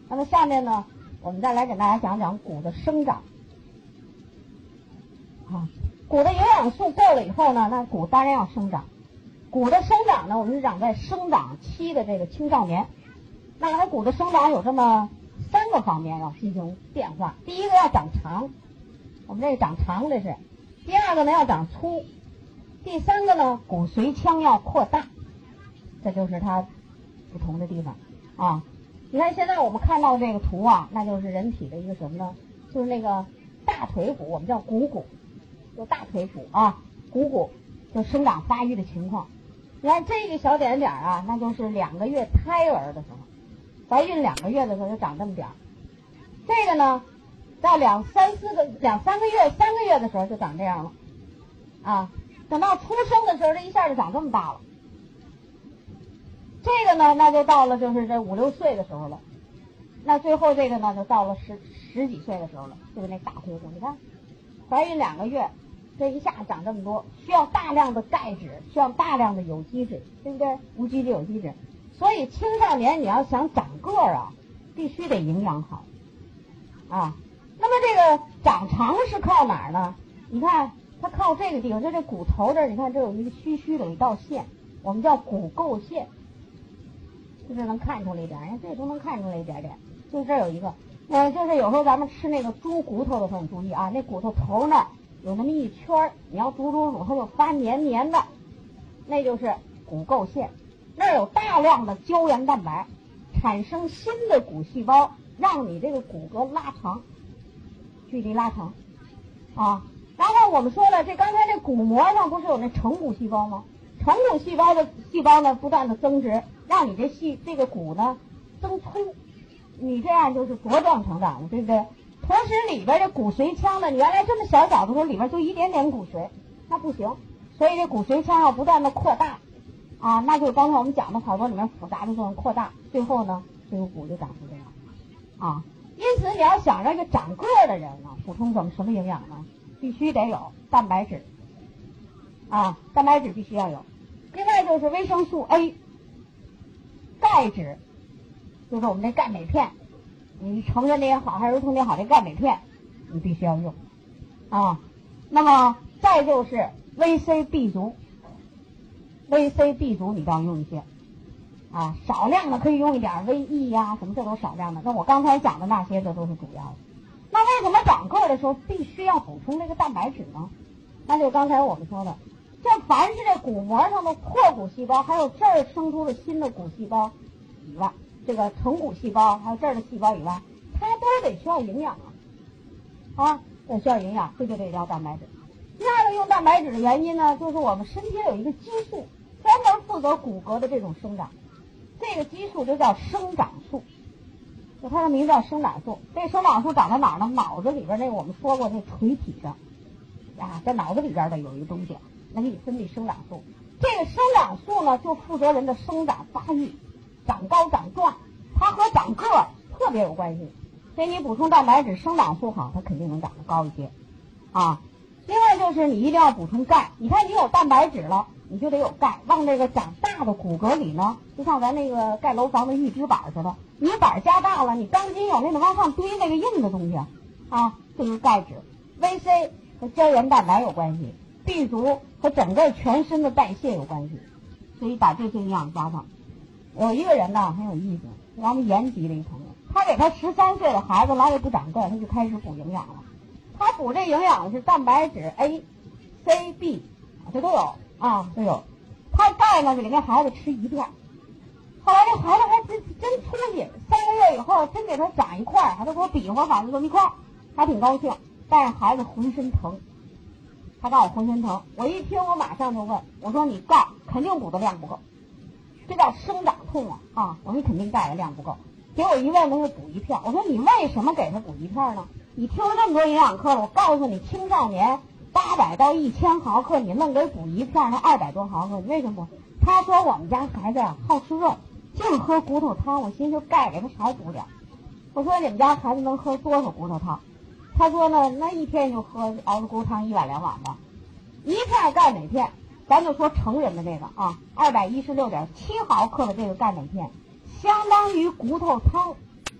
那么下面呢，我们再来给大家讲讲骨的生长。骨的营养素够了以后呢，那骨当然要生长。骨的生长呢，我们是长在生长期的这个青少年。那么它骨的生长有这么3个方面要进行变化。第一个要长长，我们这个长长这是；第二个呢要长粗；第3个呢骨髓腔要扩大。这就是它不同的地方啊。你看现在我们看到这个图啊，那就是人体的一个什么呢？就是那个大腿骨，我们叫股就大腿骨啊，股就生长发育的情况。你看这个小点点啊，那就是2个月胎儿的时候，怀孕2个月的时候就长这么点儿。这个呢，到2、3个月的时候就长这样了啊。等到出生的时候，这一下就长这么大了。这个呢，那就到了就是这5、6岁的时候了。那最后这个呢，就到了十几岁的时候了，就是那大腿骨。你看，怀孕2个月，这一下长这么多，需要大量的钙质，需要大量的有机质，对不对？无机质、有机质。所以青少年你要想长个儿啊，必须得营养好啊。那么这个长长是靠哪儿呢？你看它靠这个地方，就这骨头这儿，你看这有一个虚虚的一道线，我们叫骨垢线，就是能看出来一点，人家这都能看出来一点点。就这儿有一个，就是有时候咱们吃那个猪骨头的时候，你注意啊，那骨头头那儿有那么一圈，你要煮，它就发黏黏的，那就是骨垢线。那儿有大量的胶原蛋白，产生新的骨细胞，让你这个骨骼拉长，距离拉长啊。然后我们说了，刚才这骨膜上不是有那成骨细胞吗？成骨细胞呢不断的增殖，让你这个骨呢增粗，你这样就是茁壮成长了，对不对？同时里边这骨髓腔呢，你原来这么小的时候里边就一点点骨髓，那不行，所以这骨髓腔要不断的扩大啊，那就是刚才我们讲的好多里面复杂的作用扩大，最后呢这个骨就长成这样啊。因此你要想让这个长个儿的人呢，补充什么营养呢？必须得有蛋白质啊，蛋白质必须要有。另外就是维生素 A， 钙质，就是我们这钙镁片，你成人的也好，还是儿童的也好，这钙镁片你必须要用啊。那么再就是维 C B 族，维 C B 族你都要用一些啊，少量的可以用一点，维 E 呀什么这都少量的。那我刚才讲的那些这都是主要的。那为什么长个儿的时候必须要补充这个蛋白质呢？那就刚才我们说的，就凡是这骨膜上的破骨细胞，还有这儿生出的新的骨细胞以外，这个成骨细胞还有这儿的细胞以外，它都得需要营养啊，得需要营养，这就得要蛋白质。第二个用蛋白质的原因呢，就是我们身体有一个激素，专门负责骨骼的这种生长，这个激素就叫生长素，就它的名字叫生长素。这生长素长在哪儿呢？脑子里边那个我们说过，那垂体上啊，在脑子里边的有一个东西，能给你分泌生长素。这个生长素呢，就负责人的生长发育，长高长壮，它和长个儿特别有关系。所以你补充蛋白质，生长素好，它肯定能长得高一些啊。另外就是你一定要补充钙，你看你有蛋白质了，你就得有钙，往这个长大的骨骼里呢，就像咱那个盖楼房的预制板似的，你板加大了，你钢筋有那个往上堆那个硬的东西啊，这就是钙质。维 C 和胶原蛋白有关系，B 族和整个全身的代谢有关系，所以把这些营养加上。有一个人呢很有意思，咱们延吉的一朋友，他给他13岁的孩子老也不长个，他就开始补营养了。他补这营养是蛋白质 A、C、B， 这都有啊，都有。他钙呢，就给那孩子吃1片。后来这孩子还真出息，3个月以后真给他长一块，还都给我比划，反正这么一块，还挺高兴。但是孩子浑身疼，他告诉我浑身疼。我一听，我马上就问，我说你钙肯定补的量不够，这叫生长痛啊！我说你肯定钙的量不够。给我一问，那就补1片。我说你为什么给他补1片呢？你听了这么多营养课了，我告诉你，青少年800到1000毫克，你愣给补1片，那200多毫克，你为什么不？他说我们家孩子好吃肉，净喝骨头汤，我寻思钙给他少补点。我说你们家孩子能喝多少骨头汤？他说呢，那一天就喝熬的骨头汤1碗2碗吧。1片钙镁片，咱就说成人的这个啊，216.7毫克的这个钙镁片，相当于骨头汤1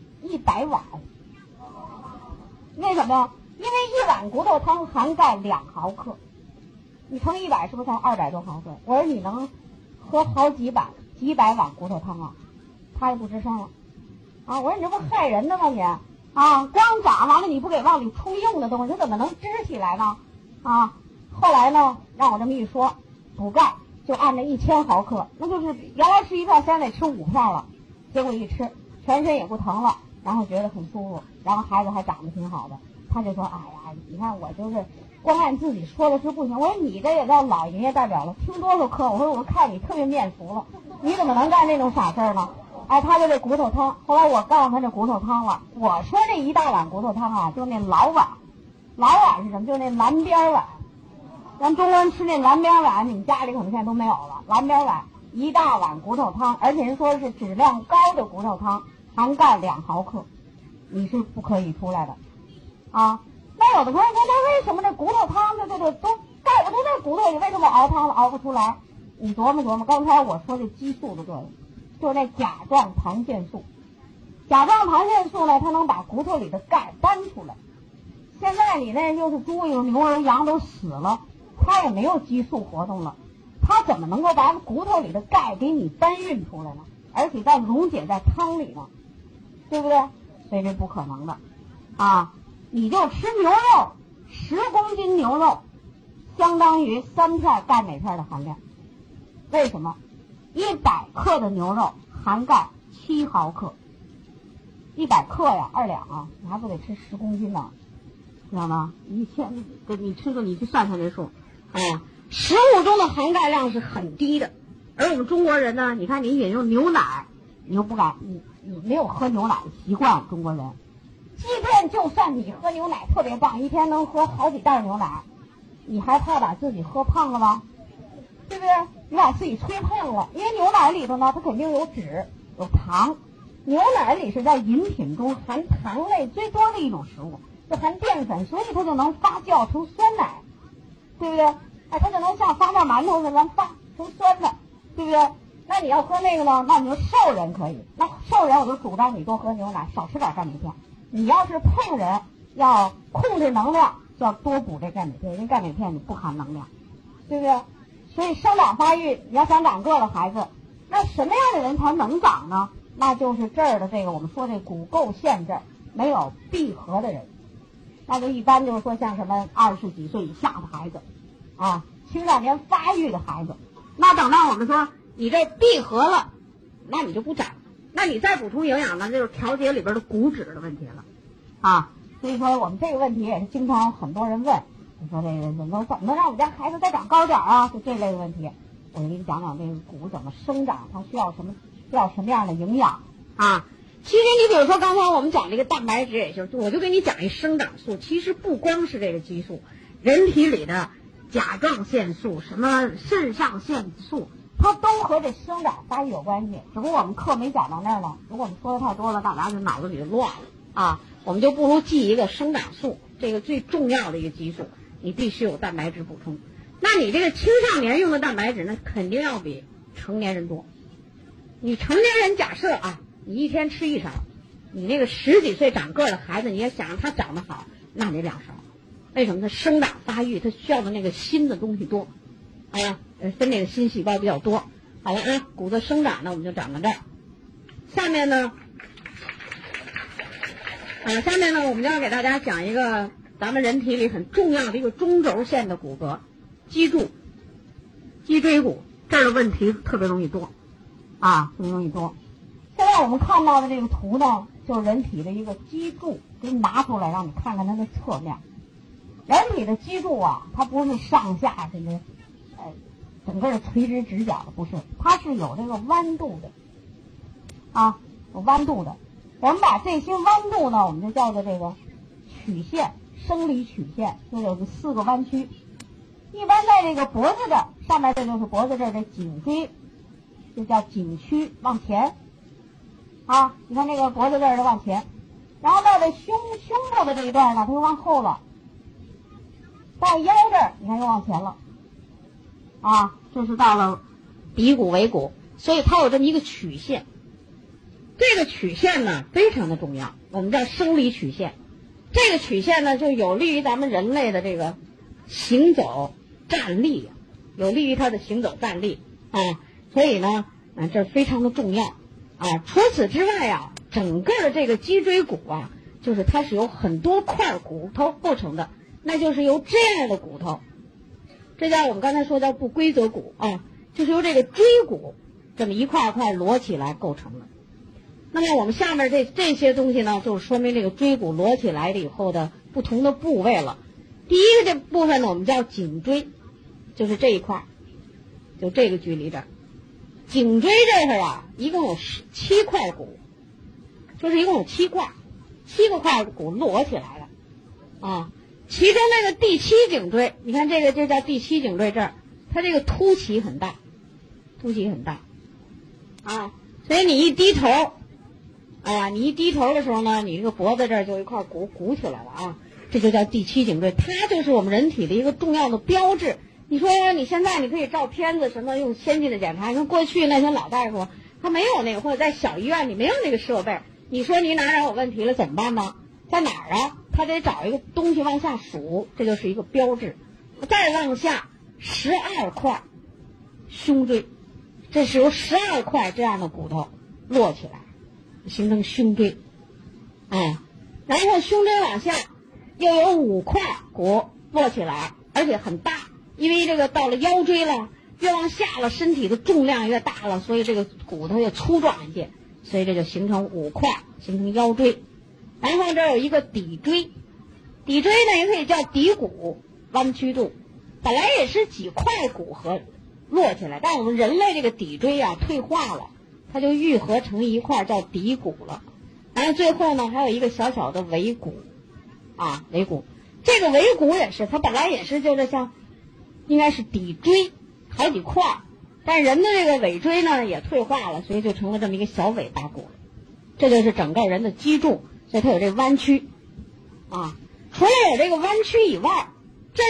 100碗。为什么呀？因为1碗骨头汤含钙2毫克，你乘100是不是才200多毫克？我说你能喝好几百碗骨头汤啊，他也不吱声了。啊，我说你这不害人的吗你？啊，光长完了你不给往里充硬的东西，它怎么能支起来呢？啊，后来呢，让我这么一说，补钙就按照1000毫克，那就是原来吃1片，现在得吃5片了。结果一吃，全身也不疼了，然后觉得很舒服，然后孩子还长得挺好的。他就说：“哎呀，你看我就是光按自己说的是不行。”我说：“你这也叫老营业代表了，听多少课？”我说：“我看你特别面熟了，你怎么能干这种傻事儿呢？”哎，他就这骨头汤。后来我告诉他这骨头汤了，我说这1大碗骨头汤啊，就那老碗，老碗是什么？就那蓝边碗。咱中国人吃那蓝边碗，你们家里可能现在都没有了。蓝边碗1大碗骨头汤，而且人说是质量高的骨头汤，含钙2毫克，你是不可以出来的。啊，那有的朋友说，那为什么这骨头汤这都钙不都在骨头里，为什么熬汤了熬不出来？你琢磨琢磨，刚才我说这激素的作用，就是那甲状旁腺素。甲状旁腺素呢，它能把骨头里的钙搬出来。现在你那就是猪油、牛油、羊都死了，它也没有激素活动了，它怎么能够把骨头里的钙给你搬运出来呢？而且再溶解在汤里呢，对不对？所以这不可能的啊！你就吃牛肉，10公斤牛肉相当于3片钙镁片的含量。为什么？100克的牛肉含钙7毫克，100克呀，2两啊，你还不得吃10公斤呢？知道吗？1000，你吃个，你去算算这数。哎呀，食物中的含钙量是很低的，而我们中国人呢，你看你饮用牛奶，你又不敢，你没有喝牛奶的习惯，中国人。即便就算你喝牛奶特别棒，一天能喝好几袋牛奶，你还怕把自己喝胖了吗？对不对？你把自己吹胖了，因为牛奶里头呢，它肯定有脂有糖。牛奶里是在饮品中含糖类最多的一种食物，就含淀粉，所以它就能发酵成酸奶，对不对？哎，它就能像发面馒头似的发成酸的，对不对？那你要喝那个呢，那你说瘦人可以，那瘦人我就主张你多喝牛奶，少吃点钙镁片。你要是胖人要控制能量，就要多补这钙镁片，因为钙镁片你不含能量，对不对？所以生长发育，你要想长个的孩子，那什么样的人才能长呢？那就是这儿的这个我们说这骨垢线这儿没有闭合的人，那就一般就是说像什么20几岁以下的孩子啊，青少年发育的孩子，那等到我们说你这闭合了，那你就不长。那你再补充营养呢，就是调节里边的骨质的问题了，啊，所以说我们这个问题也是经常很多人问，你说这个怎么能让我们家孩子再长高点啊？就这类的问题，我就给你讲讲这个骨怎么生长，它需要什么样的营养啊？其实你比如说刚才我们讲这个蛋白质也行，我就给你讲一生长素，其实不光是这个激素，人体里的甲状腺素、什么肾上腺素。它都和这生长发育有关系，只不过我们课没讲到那儿了。如果我们说的太多了，大家就脑子里就乱了啊。我们就不如记一个生长素，这个最重要的一个激素，你必须有蛋白质补充。那你这个青少年用的蛋白质呢，肯定要比成年人多。你成年人假设啊，你一天吃1勺，你那个10几岁长个的孩子，你也想让他长得好，那得2勺。为什么？他生长发育，他需要的那个新的东西多。哎呀，分那个新细胞比较多。好了啊，骨的生长呢，我们就讲到这儿。下面呢，我们就要给大家讲一个咱们人体里很重要的一个中轴线的骨骼——脊柱、脊椎骨。这儿的问题特别容易多啊，特别容易多。现在我们看到的这个图呢，就是人体的一个脊柱，给你拿出来让你看看它的侧面。人体的脊柱啊，它不是上下这个整个的垂直直角的，不是，它是有这个弯度的啊，有弯度的。我们把这些弯度呢，我们就叫做这个曲线，生理曲线，就有4个弯曲。一般在这个脖子这上面，这就是脖子这儿的颈椎，就叫颈区往前啊。你看这个脖子这儿的往前，然后到这胸部的这一段呢，它就往后了。到腰这儿，你看又往前了。啊，这是到了鼻骨尾骨，所以它有这么一个曲线这个曲线呢非常的重要，我们叫生理曲线。这个曲线呢就有利于咱们人类的这个行走站立，有利于它的行走站立啊，所以呢这非常的重要啊。除此之外啊，整个的这个脊椎骨啊，就是它是由很多块骨头构成的，那就是由这样的骨头，这叫我们刚才说叫不规则骨啊，就是由这个椎骨这么一块一块摞起来构成的。那么我们下面这些东西呢，就是说明这个椎骨摞起来了以后的不同的部位了。第一个这部分呢，我们叫颈椎，就是这一块，就这个距离这儿。颈椎这儿啊，一共有7块骨，就是一共有7块，7个块骨摞起来了啊。其中那个第7颈椎，你看这个就叫第7颈椎这儿，它这个凸起很大，凸起很大啊，所以你一低头。你一低头的时候呢，你这个脖子这儿就一块骨鼓起来了啊，这就叫第7颈椎，它就是我们人体的一个重要的标志。你说你现在你可以照片子什么用先进的检查，你说过去那些老大夫他没有那个，或者在小医院里没有那个设备，你说你哪有问题了怎么办呢？在哪儿啊？他得找一个东西往下数，这就是一个标志。再往下12块胸椎，这是由12块这样的骨头摞起来形成胸椎，然后胸椎往下又有5块骨摞起来，而且很大，因为这个到了腰椎了，越往下了，身体的重量越大了，所以这个骨头越粗壮一些，所以这就形成5块，形成腰椎。然后这有一个骶椎，骶椎呢也可以叫骶骨，弯曲度，本来也是几块骨和摞起来，但我们人类这个骶椎啊退化了，它就愈合成一块叫骶骨了。然后最后呢还有一个小小的尾骨尾骨，这个尾骨也是，它本来也是就是像应该是骶椎好几块，但人的这个尾椎呢也退化了，所以就成了这么一个小尾巴骨了。这就是整个人的脊柱，所以它有这弯曲除了有这个弯曲以外，这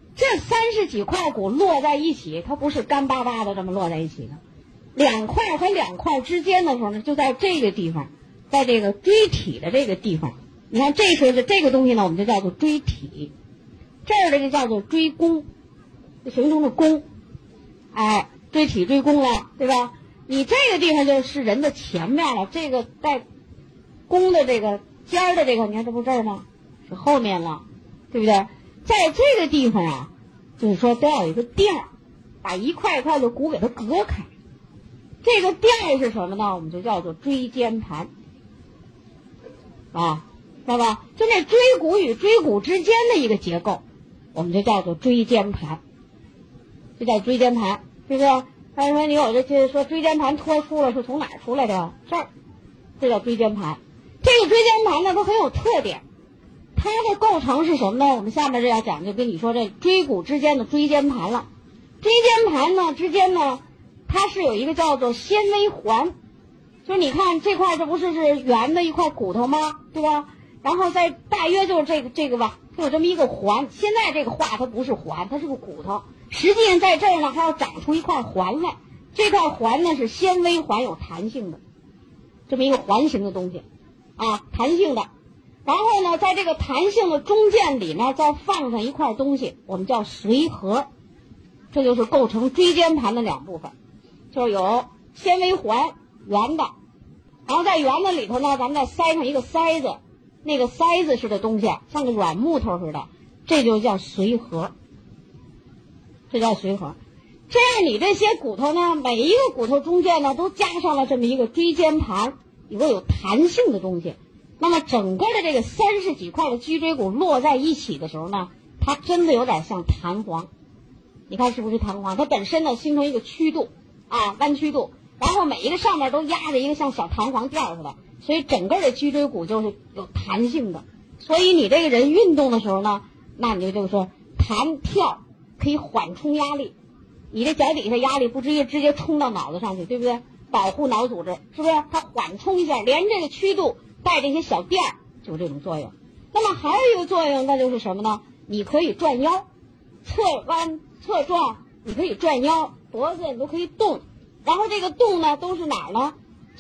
30几块骨摞在一起，它不是干巴巴的这么摞在一起的，2块和2块之间的时候呢，就在这个地方，在这个椎体的这个地方，你看这时候的这个东西呢，我们就叫做椎体，这儿的就叫做椎弓，就形成了弓，椎体椎弓了，对吧？你这个地方就是人的前面了，这个带弓的这个尖儿的这个，你看这不这儿吗？是后面了，对不对？在这个地方就是说都要有一个垫儿，把一块一块的骨给它隔开。这个垫儿是什么呢？我们就叫做椎间盘知道吧？就那椎骨与椎骨之间的一个结构，我们就叫做椎间盘，这叫椎间盘，是不是？他说你有这说椎间盘脱出了，是从哪儿出来的？这儿，这叫椎间盘。这个椎间盘呢，它很有特点，它的构成是什么呢？我们下面这要讲，就跟你说这椎骨之间的椎间盘了。椎间盘呢之间呢，它是有一个叫做纤维环，就是你看这块这不是圆的一块骨头吗？对吧？然后在大约就是这个吧，它有这么一个环。现在这个画它不是环，它是个骨头。实际上在这儿呢，还要长出一块环来。这块环呢是纤维环，有弹性的，这么一个环形的东西弹性的。然后呢，在这个弹性的中间里呢，再放上一块东西，我们叫髓核。这就是构成椎间盘的2部分，就是有纤维环圆的，然后在圆的里头呢，咱们再塞上一个塞子，那个塞子似的东西像个软木头似的，这就叫髓核，这叫髓核。这样你这些骨头呢，每一个骨头中间呢都加上了这么一个椎间盘，一个有弹性的东西。那么整个的这个30几块的脊椎骨摞在一起的时候呢，它真的有点像弹簧。你看是不是弹簧？它本身呢形成一个曲度弯曲度，然后每一个上面都压着一个像小弹簧垫似的，所以整个的脊椎骨就是有弹性的。所以你这个人运动的时候呢，那你就是说弹跳可以缓冲压力，你这脚底下压力不直接冲到脑子上去，对不对？保护脑组织，是不是？它缓冲一下，连这个曲度带这些小垫就这种作用。那么还有一个作用，那就是什么呢？你可以转腰，侧弯侧转，你可以转腰，脖子你都可以动。然后这个动呢都是哪儿呢？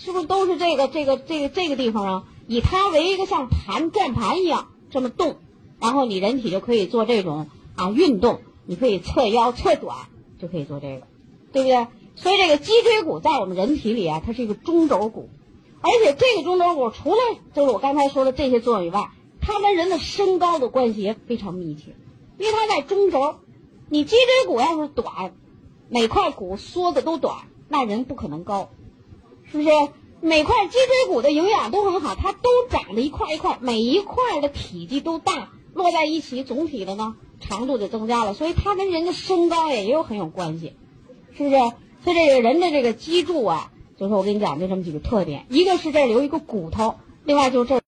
是不是都是这个地方啊？以它为一个像转盘一样这么动，然后你人体就可以做这种运动，你可以侧腰侧短，就可以做这个，对不对？所以这个脊椎骨在我们人体里啊，它是一个中轴骨，而且这个中轴骨除了就是我刚才说的这些作用以外，它跟人的身高的关系也非常密切，因为它在中轴。你脊椎骨要是短，每块骨缩的都短，那人不可能高，是不是？每块脊椎骨的营养都很好，它都长得一块一块，每一块的体积都大，落在一起，总体的呢长度就增加了，所以它跟人的身高也很有关系，是不是？所以这个人的这个脊柱啊，就是我跟你讲就这么几个特点，一个是这里有一个骨头，另外就是这